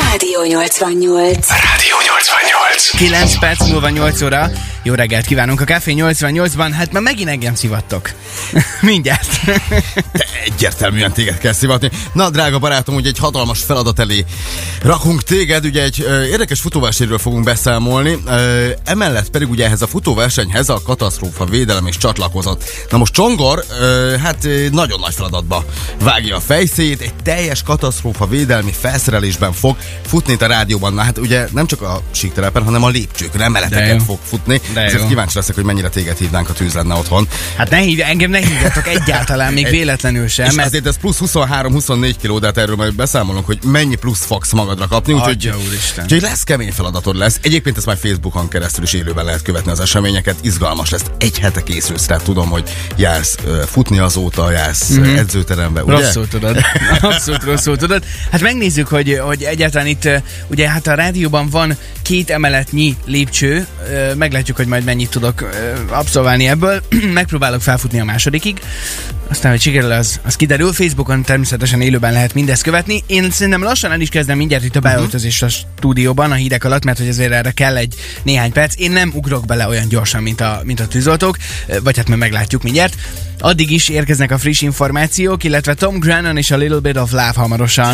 Rádió 88. Rádió 88. 9 perc múlva 8 óra. Jó reggelt kívánunk a Café 88-ban. Hát már megint engem szivattok. Mindjárt. De egyértelműen téged kell szivatni. Na, drága barátom, ugye egy hatalmas feladat elé rakunk téged. Ugye egy érdekes futóversenyről fogunk beszámolni. Emellett pedig ugye ehhez a futóversenyhez a katasztrófa védelem is csatlakozott. Na most Csongor, hát nagyon nagy feladatba vágja a fejszéjét. Egy teljes katasztrófa védelmi felszerelésben fog futni itt a rádióban. Na hát ugye nem csak a síktelepen, hanem a lépcsőkön, emeleteket fog futni. Ezért kíváncsi leszek, hogy mennyire téged hívnánk, a tűz lenne otthon. Hát engem ne hívjatok egyáltalán, még véletlenül sem. És mert... azért ez plusz 23-24 kiló, de hát erről majd beszámolunk, hogy mennyi plusz fogsz magadra kapni. Úgyhogy lesz kemény feladatod lesz. Egyébként ezt már Facebookon keresztül is élőben lehet követni az eseményeket. Izgalmas lesz. Egy hete készülsz, tehát tudom, hogy jársz futni azóta, jársz edzőterembe, ugye? Rosszul tudod. Abszolút rosszul tudod. Hát megnézzük, hogy egyáltalán itt ugye hát a rádióban van 2 emeletnyi lépcső. Meglátjuk, hogy majd mennyit tudok abszolválni ebből. Megpróbálok felfutni a másodikig. Aztán, hogy sikerül, az kiderül. Facebookon természetesen élőben lehet mindezt követni. Én szerintem lassan el is kezdem mindjárt itt a beöltözést a stúdióban, a hídek alatt, mert hogy azért erre kell egy néhány perc. Én nem ugrok bele olyan gyorsan, mint a tűzoltók, vagy hát majd meglátjuk mindjárt. Addig is érkeznek a friss információk, illetve Tom Grennan és a Little Bit of Love hamarosan.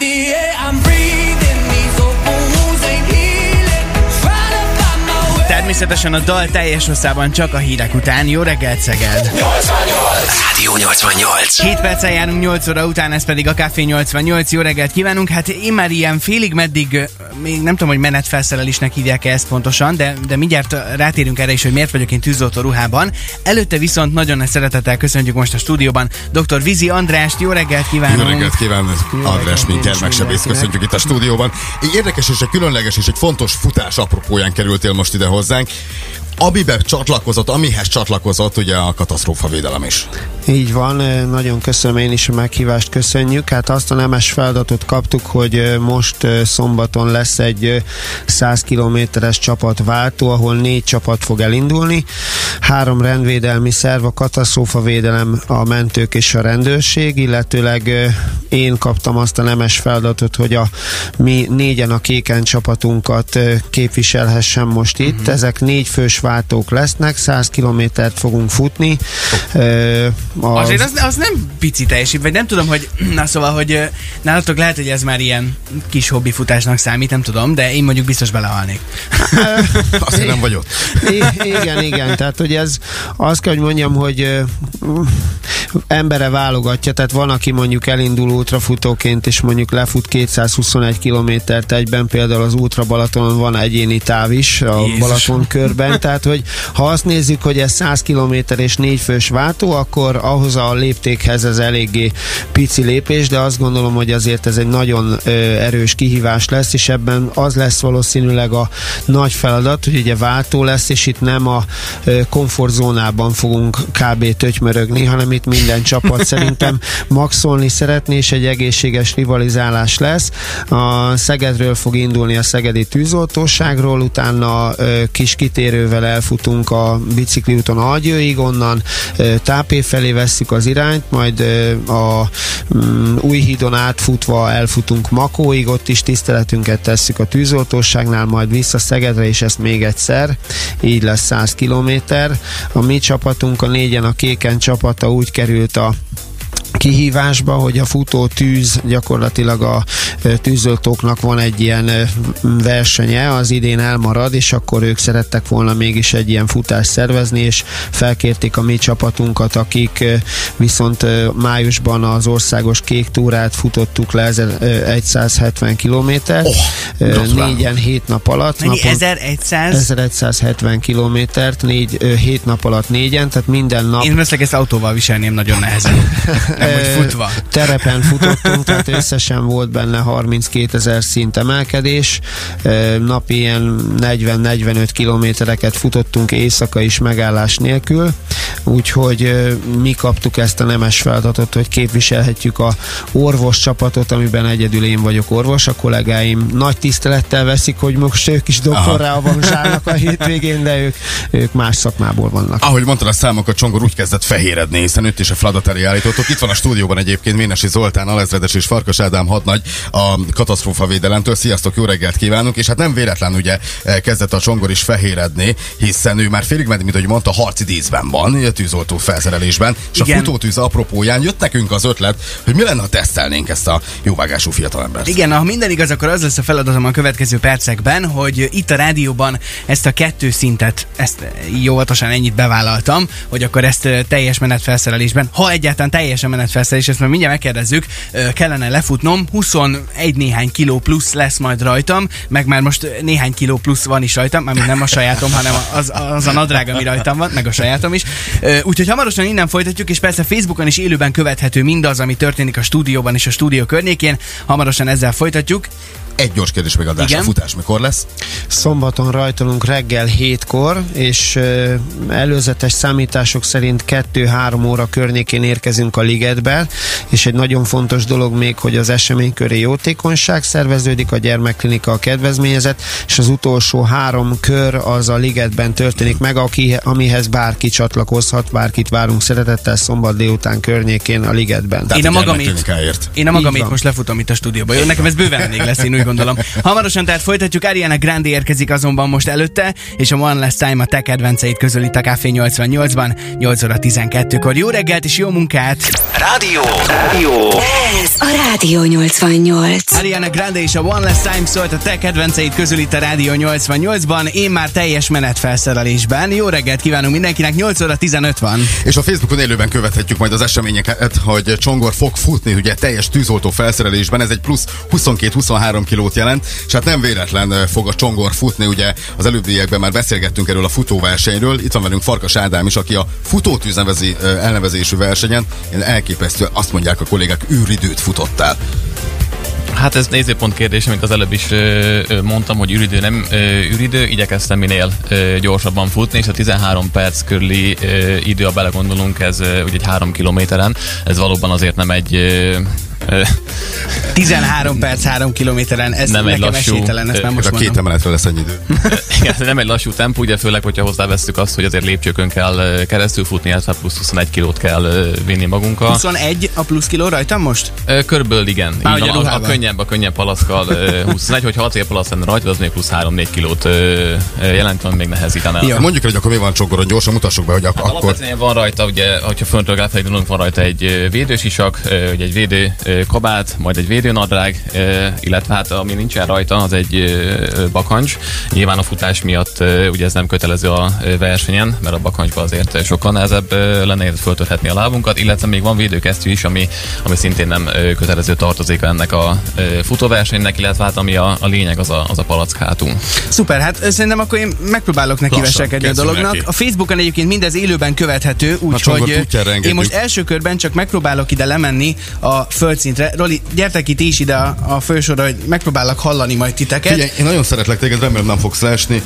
Természetesen a dal teljes hosszában csak a hírek után. Jó reggelt, Szeged! 88. Rádió 88. 7 perccel járunk 8 óra után, ez pedig a Café 88. Jó reggelt kívánunk! Hát én már ilyen félig meddig, még nem tudom, hogy menetfelszerelésnek hívják-e ezt pontosan, de mindjárt rátérünk erre is, hogy miért vagyok én tűzoltó ruhában. Előtte viszont nagyon nagy szeretettel köszöntjük most a stúdióban dr. Vizi Andrást. Jó reggelt kívánunk! Jó reggelt kívánunk! András, mint gyermeksebész, köszöntjük itt a stúdióban. Egy érdekes és egy különleges és egy fontos futás apropóján kerültél most ide hozzánk, amihez csatlakozott ugye a katasztrófavédelem is. Így van, nagyon köszönöm, én is a meghívást köszönjük. Hát azt a nemes feladatot kaptuk, hogy most szombaton lesz egy 100 kilométeres csapatváltó, ahol 4 csapat fog elindulni. 3 rendvédelmi szerv, a katasztrófavédelem, a mentők és a rendőrség, illetőleg én kaptam azt a nemes feladatot, hogy mi 4-en a kéken csapatunkat képviselhessem most itt. Ezek 4 fős váltók lesznek, 100 kilométert fogunk futni. Azért az nem pici teljesít, vagy nem tudom, hogy szóval, hogy nálatok lehet, hogy ez már ilyen kis hobbifutásnak számít, nem tudom, de én mondjuk biztos belehalnék. Azt nem vagy ott. Igen, tehát hogy ez, azt kell, hogy mondjam, hogy embere válogatja, tehát van, aki mondjuk elindul ultrafutóként, és mondjuk lefut 221 kilométert egyben, például az Ultra Balatonon van egyéni táv is a Balaton körben, tehát hogy ha azt nézzük, hogy ez 100 kilométer és 4 fős váltó, akkor ahhoz a léptékhez ez eléggé pici lépés, de azt gondolom, hogy azért ez egy nagyon erős kihívás lesz, és ebben az lesz valószínűleg a nagy feladat, hogy ugye váltó lesz, és itt nem a komfortzónában fogunk kb. Tötymörögni, hanem itt minden csapat szerintem maxolni szeretné, és egy egészséges rivalizálás lesz. A Szegedről fog indulni a szegedi tűzoltóságról, utána kis kitérővel elfutunk a bicikliúton Algyőig, onnan Tápé felé vesszük az irányt, majd a Újhídon átfutva elfutunk Makóig, ott is tiszteletünket tesszük a tűzoltóságnál, majd vissza Szegedre, és ezt még egyszer, így lesz 100 kilométer. A mi csapatunk, a 4-en a kéken csapata úgy került a kihívásba, hogy a futó tűz, gyakorlatilag a tűzoltóknak van egy ilyen versenye, az idén elmarad, és akkor ők szerettek volna mégis egy ilyen futást szervezni, és felkérték a mi csapatunkat, akik viszont májusban az országos kék túrát futottuk le 1170 kilométert, 4-en 7 nap alatt. Mennyi? 1170 kilométert, 7 nap alatt 4-en, tehát minden nap. Én veszek ezt autóval viselném nagyon nehezen. Futva. Terepen futottunk, tehát összesen volt benne 32 000 szint emelkedés, napi ilyen 40-45 kilométereket futottunk éjszaka is megállás nélkül, úgyhogy mi kaptuk ezt a nemes feladatot, hogy képviselhetjük a orvos csapatot, amiben egyedül én vagyok orvos, a kollégáim nagy tisztelettel veszik, hogy most ők is doktorrá avanzsálnak a hétvégén, de ők más szakmából vannak. Ahogy mondtad a számokat, Csongor úgy kezdett fehéredni, hiszen őt is a feladat elé állítottuk. Itt van a stúdióban egyébként Ménesi Zoltán, alezredes és Farkas Ádám hadnagy a katasztrófavédelemtől. Sziasztok, jó reggelt kívánunk! És hát nem véletlen ugye kezdett a Csongor is fehéredni, hiszen ő már félig meddig, mint ahogy mondta, harci díszben van, tűzoltó felszerelésben, és igen. A futótűz apropóján jött nekünk az ötlet, hogy mi lenne, ha tesztelnénk ezt a jóvágású fiatalembert. Igen, ha minden igaz, akkor az lesz a feladatom a következő percekben, hogy itt a rádióban ezt a 2 szintet, ezt jóvatosan ennyit bevállaltam, hogy akkor ezt teljes menetfelszerelésben, ha egyáltalán teljesen menetfelszerelés, ezt már mindjárt megkérdezzük, kellene lefutnom, 21 néhány kiló plusz lesz majd rajtam, meg már most néhány kiló plusz van is rajtam, mármint nem a sajátom, hanem az a nadrág, ami rajtam van, meg a sajátom is. Úgyhogy hamarosan innen folytatjuk, és persze Facebookon is élőben követhető mindaz, ami történik a stúdióban és a stúdió környékén. Hamarosan ezzel folytatjuk. Egy gyors kérdés megadás, a futás mikor lesz? Szombaton rajtolunk reggel 7-kor, és előzetes számítások szerint 2-3 óra környékén érkezünk a ligetbe, és egy nagyon fontos dolog még, hogy az esemény köré jótékonyság szerveződik, a gyermekklinika a kedvezményezett, és az utolsó 3 kör az a ligetben történik meg, amihez bárki csatlakozhat, bárkit várunk szeretettel szombat délután környékén a ligetben. Én a magamét most lefutom itt a stúdióba. Jó, nekem ez bőven elég lesz, én úgy gondolom. Hamarosan tehát folytatjuk, Ariana Grande érkezik azonban most előtte, és a One Last Time a te kedvenceit közül itt a Café 88-ban, 8 óra 12-kor. Jó reggelt és jó munkát! Rádió! Ez a Rádió 88. Ariana Grande és a One Last Time szólt a te kedvenceit közül itt a Rádió 88-ban, én már teljes menetfelszerelésben. Jó reggelt kívánunk mindenkinek, 8 óra 15 van. És a Facebookon élőben követhetjük majd az eseményeket, hogy Csongor fog futni, ugye teljes tűzoltó felszerelésben, ez egy plusz 22-23 kilót jelent, és hát nem véletlen fog a Csongor futni, ugye az előbbiekben már beszélgettünk erről a futóversenyről, itt van velünk Farkas Ádám is, aki a futótűz elnevezésű versenyen, elképesztő, azt mondják a kollégák, űridőt futottál. Hát ez nézőpont kérdés, amit az előbb is mondtam, hogy űridő nem űridő, igyekeztem minél gyorsabban futni, és a 13 perc körüli idő, ha belegondolunk, ez ugye egy 3 kilométeren, ez valóban azért nem egy 13 perc 3 kilométeren, ez nem nekem esélytelen, ezt már most mondom. A 2 emeletre lesz ennyi idő. Igen, nem egy lassú tempó, ugye főleg, hogyha hozzávesszük azt, hogy azért lépcsőkön kell keresztül futni, illetve plusz 21 kilót kell vinni magunkkal. 21 a plusz kiló rajtam most? Körülbelül igen. A könnyebb palaszkkal 21, hogyha acélpalasz lenne rajta, az még plusz 3-4 kilót jelent, van még nehezítene. Ja. Mondjuk, hogy akkor mi van Csongoron, gyorsan mutassuk be, hogy hát akkor... van rajta, ugye, hogyha föntről ráfelé van rajta egy védősisak, egy védő kabát, majd egy védőnadrág, illetve hát ami nincsen rajta, az egy bakancs. Nyilván a futás miatt ugye ez nem kötelező a versenyen, mert a bakancsban azért sokkal nehezebb lenne föltörhetni a lábunkat, illetve még van védőkesztyű is, ami szintén nem kötelező tartozéka ennek a futóversenynek, illetve hát ami a lényeg, az a palack hátul. Szuper, hát szerintem akkor én megpróbálok neki veselkedni a dolognak. A Facebookon egyébként mindez élőben követhető, úgyhogy én most első körben csak megpróbálok ide lemenni a földszintre. Roli, gyertek itt is ide a fősorra, hogy megpróbálok hallani majd titeket. Figyelj, én nagyon szeretlek téged, remélem nem fogsz leesni.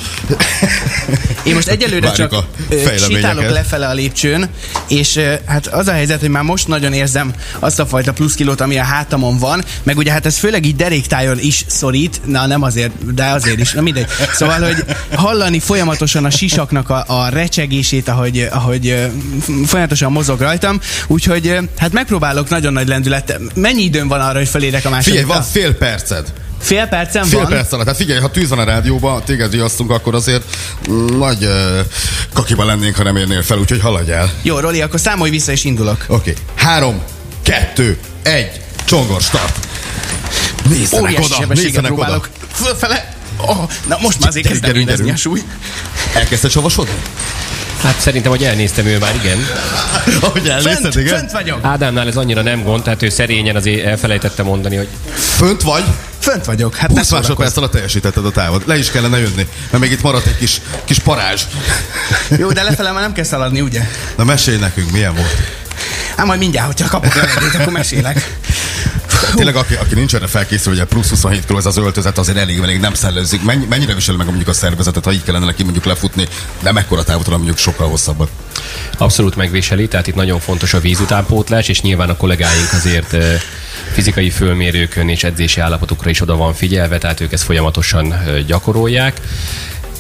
Én most egyelőre csak sétálok lefele a lépcsőn, és hát az a helyzet, hogy már most nagyon érzem azt a fajta pluszkilót, ami a hátamon van, meg ugye hát ez főleg így deréktájon is szorít, na nem azért, de azért is, na mindegy. Szóval, hogy hallani folyamatosan a sisaknak a recsegését, ahogy folyamatosan mozog rajtam, úgyhogy hát megpróbálok nagyon nagy lendülettel. Mennyi időm van arra, hogy felérek a másodikra? Figyelj, van fél perced. Fél percem fél van? Fél perc alatt. Hát figyelj, ha tűz van a rádióban, téged riasztunk, akkor azért nagy kakiban lennénk, ha nem érnél fel, úgyhogy haladj el. Jó, Roli, akkor számolj vissza és indulok. Oké. 3, 2, 1, Csongor, start! Nézzenek oda, nézzenek oda. Fölfele. Oh, na most már azért kezdem mindezni a súly. Elkezdted savasodni? Hát szerintem, hogy elnéztem, ő már igen. Ahogy elnézted, igen? Fönt vagyok. Ádámnál ez annyira nem gond, tehát ő szerényen azért elfelejtette mondani, hogy... Fönt vagy? Fönt vagyok. Hát 20 másodperc alatt teljesítetted a távot. Le is kellene jönni, mert még itt maradt egy kis parázs. Jó, de lefele már nem kell szaladni, ugye? Na mesélj nekünk, milyen volt? Hát majd mindjárt, hogyha kapok levegőt, akkor mesélek. Tényleg, aki nincs erre felkészülve, hogy plusz 27 kg ez az öltözet, azért elég nem szellőzik. Mennyire visel meg mondjuk a szervezetet, ha így kellene neki mondjuk lefutni, nem ekkora távot, hanem mondjuk sokkal hosszabbat? Abszolút megviseli, tehát itt nagyon fontos a vízutánpótlás, és nyilván a kollégáink azért fizikai fölmérőkön és edzési állapotukra is oda van figyelve, tehát ők ezt folyamatosan gyakorolják.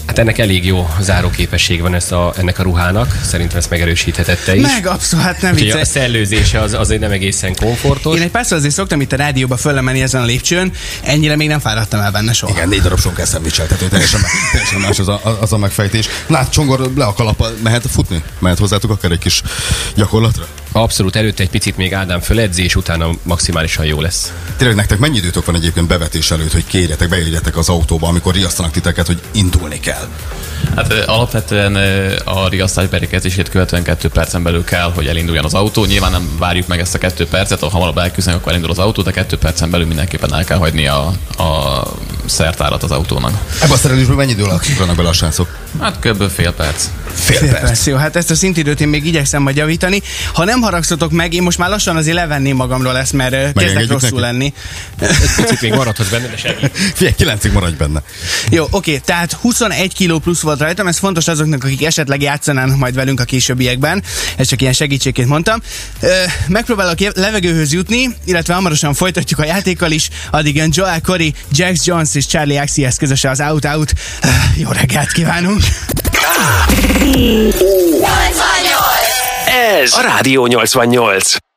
Hát ennek elég jó záróképesség van ennek a ruhának. Szerintem ezt megerősíthetette is. Meg abszolút, hát nem Úgyhogy a vicces. szellőzése azért nem egészen komfortos. Én egy párszor azért szoktam itt a rádióba föllemenni ezen a lépcsőn, ennyire még nem fáradtam el benne soha. Igen, 4 darab sonkás szendvicsel, tehát teljesen más az a megfejtés. Lát, Csongor le a kalap, mehet futni? Mehet hozzátok akár egy kis gyakorlatra? Abszolút, előtte egy picit még Ádám föledzés, és utána maximálisan jó lesz. Tényleg nektek mennyi időtök van egyébként bevetés előtt, hogy kérjetek, beírjetek az autóba, amikor riasztanak titeket, hogy indulni kell? Hát alapvetően a riasztás beérkezését követően 2 percen belül kell, hogy elinduljon az autó. Nyilván nem várjuk meg ezt a 2 percet, ha hamarabb elküzdünk, akkor elindul az autó, de 2 percen belül mindenképpen el kell hagyni a szertárat az autónak. Ebben a szerelésben mennyi idő alatt ugranak bele a srácok? Hát kb. fél perc. Fél perc. Jó, hát ezt a szintidőt én még igyekszem majd javítani. Ha nem haragszotok meg, én most már lassan azért levenném magamról ezt, mert kezdek Megengedjük rosszul neki? lenni. Egy picit még maradhatsz benne, de segít. Figyelj, 9-ig maradj benne. Jó, oké, tehát 21 kiló plusz volt rajtam, ez fontos azoknak, akik esetleg játszanának majd velünk a későbbiekben. Ez csak ilyen segítségként mondtam. Megpróbálok levegőhöz jutni, illetve hamarosan folytatjuk a játékkal is. Addig jön Joel Corey, Jax Jones és Charlie XCS közösen az Out Out. Jó reggelt kívánunk! Ez a Rádió 88.